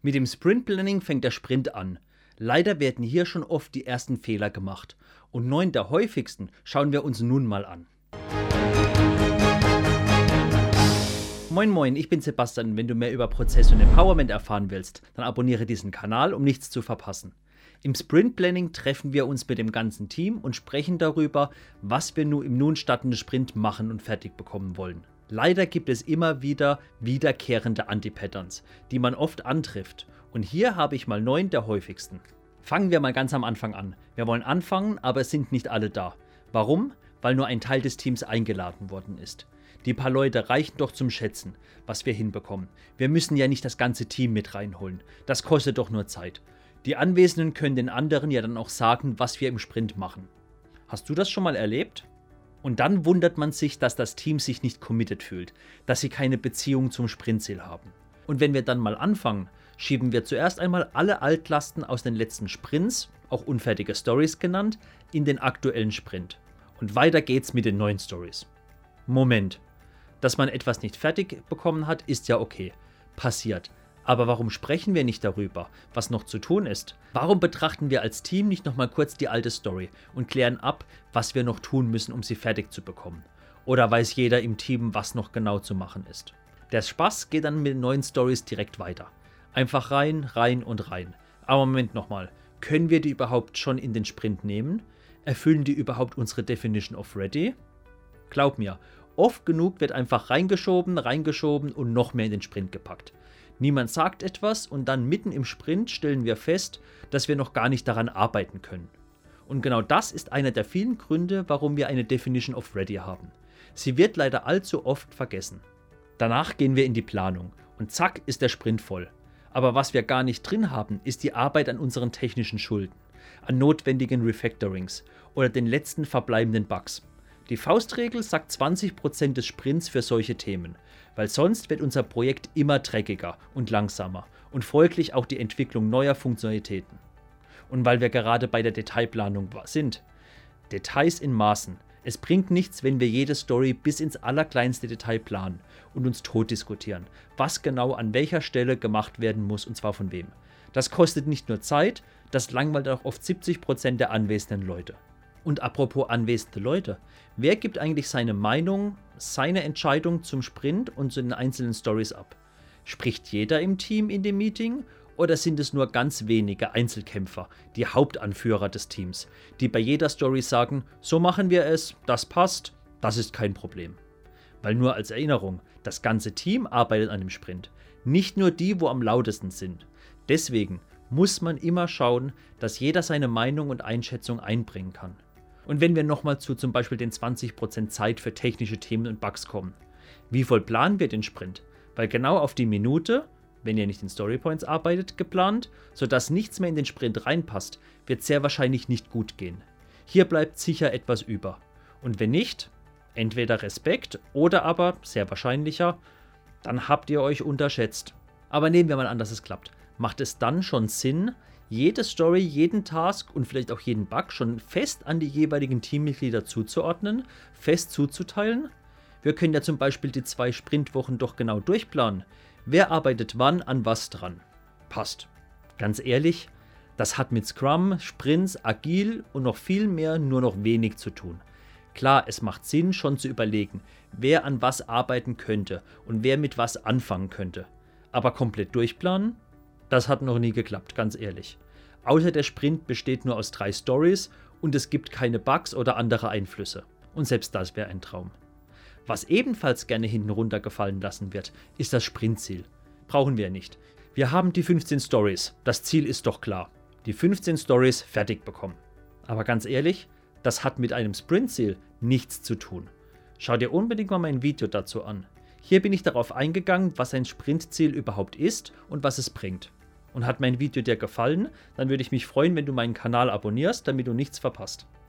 Mit dem Sprint Planning fängt der Sprint an. Leider werden hier schon oft die ersten Fehler gemacht. Und 9 der häufigsten schauen wir uns nun mal an. Moin moin, ich bin Sebastian. Wenn du mehr über Prozess und Empowerment erfahren willst, dann abonniere diesen Kanal, um nichts zu verpassen. Im Sprint Planning treffen wir uns mit dem ganzen Team und sprechen darüber, was wir im nun startenden Sprint machen und fertig bekommen wollen. Leider gibt es immer wieder wiederkehrende Anti-Patterns, die man oft antrifft. Und hier habe ich mal 9 der häufigsten. Fangen wir mal ganz am Anfang an. Wir wollen anfangen, aber es sind nicht alle da. Warum? Weil nur ein Teil des Teams eingeladen worden ist. Die paar Leute reichen doch zum Schätzen, was wir hinbekommen. Wir müssen ja nicht das ganze Team mit reinholen. Das kostet doch nur Zeit. Die Anwesenden können den anderen ja dann auch sagen, was wir im Sprint machen. Hast du das schon mal erlebt? Und dann wundert man sich, dass das Team sich nicht committed fühlt, dass sie keine Beziehung zum Sprintziel haben. Und wenn wir dann mal anfangen, schieben wir zuerst einmal alle Altlasten aus den letzten Sprints, auch unfertige Stories genannt, in den aktuellen Sprint. Und weiter geht's mit den neuen Stories. Moment, dass man etwas nicht fertig bekommen hat, ist ja okay. Passiert. Aber warum sprechen wir nicht darüber, was noch zu tun ist? Warum betrachten wir als Team nicht nochmal kurz die alte Story und klären ab, was wir noch tun müssen, um sie fertig zu bekommen? Oder weiß jeder im Team, was noch genau zu machen ist? Der Spaß geht dann mit den neuen Stories direkt weiter. Einfach rein, rein und rein. Aber Moment nochmal, können wir die überhaupt schon in den Sprint nehmen? Erfüllen die überhaupt unsere Definition of Ready? Glaub mir, oft genug wird einfach reingeschoben und noch mehr in den Sprint gepackt. Niemand sagt etwas und dann mitten im Sprint stellen wir fest, dass wir noch gar nicht daran arbeiten können. Und genau das ist einer der vielen Gründe, warum wir eine Definition of Ready haben. Sie wird leider allzu oft vergessen. Danach gehen wir in die Planung und zack ist der Sprint voll. Aber was wir gar nicht drin haben, ist die Arbeit an unseren technischen Schulden, an notwendigen Refactorings oder den letzten verbleibenden Bugs. Die Faustregel sagt 20% des Sprints für solche Themen, weil sonst wird unser Projekt immer dreckiger und langsamer und folglich auch die Entwicklung neuer Funktionalitäten. Und weil wir gerade bei der Detailplanung sind, Details in Maßen. Es bringt nichts, wenn wir jede Story bis ins allerkleinste Detail planen und uns tot diskutieren, was genau an welcher Stelle gemacht werden muss und zwar von wem. Das kostet nicht nur Zeit, das langweilt auch oft 70% der anwesenden Leute. Und apropos anwesende Leute, wer gibt eigentlich seine Meinung, seine Entscheidung zum Sprint und zu den einzelnen Stories ab? Spricht jeder im Team in dem Meeting oder sind es nur ganz wenige Einzelkämpfer, die Hauptanführer des Teams, die bei jeder Story sagen, so machen wir es, das passt, das ist kein Problem. Weil nur als Erinnerung, das ganze Team arbeitet an dem Sprint, nicht nur die, wo am lautesten sind. Deswegen muss man immer schauen, dass jeder seine Meinung und Einschätzung einbringen kann. Und wenn wir nochmal zu zum Beispiel den 20% Zeit für technische Themen und Bugs kommen, wie voll planen wir den Sprint? Weil genau auf die Minute, wenn ihr nicht in Storypoints arbeitet, geplant, sodass nichts mehr in den Sprint reinpasst, wird sehr wahrscheinlich nicht gut gehen. Hier bleibt sicher etwas über. Und wenn nicht, entweder Respekt oder aber, sehr wahrscheinlicher, dann habt ihr euch unterschätzt. Aber nehmen wir mal an, dass es klappt. Macht es dann schon Sinn, jede Story, jeden Task und vielleicht auch jeden Bug schon fest an die jeweiligen Teammitglieder zuzuordnen, fest zuzuteilen? Wir können ja zum Beispiel die 2 Sprintwochen doch genau durchplanen. Wer arbeitet wann an was dran? Passt. Ganz ehrlich, das hat mit Scrum, Sprints, Agil und noch viel mehr nur noch wenig zu tun. Klar, es macht Sinn, schon zu überlegen, wer an was arbeiten könnte und wer mit was anfangen könnte. Aber komplett durchplanen? Das hat noch nie geklappt, ganz ehrlich. Außer der Sprint besteht nur aus 3 Stories und es gibt keine Bugs oder andere Einflüsse. Und selbst das wäre ein Traum. Was ebenfalls gerne hinten runtergefallen lassen wird, ist das Sprintziel. Brauchen wir nicht. Wir haben die 15 Stories. Das Ziel ist doch klar. Die 15 Stories fertig bekommen. Aber ganz ehrlich, das hat mit einem Sprintziel nichts zu tun. Schau dir unbedingt mal mein Video dazu an. Hier bin ich darauf eingegangen, was ein Sprintziel überhaupt ist und was es bringt. Und hat mein Video dir gefallen, dann würde ich mich freuen, wenn du meinen Kanal abonnierst, damit du nichts verpasst.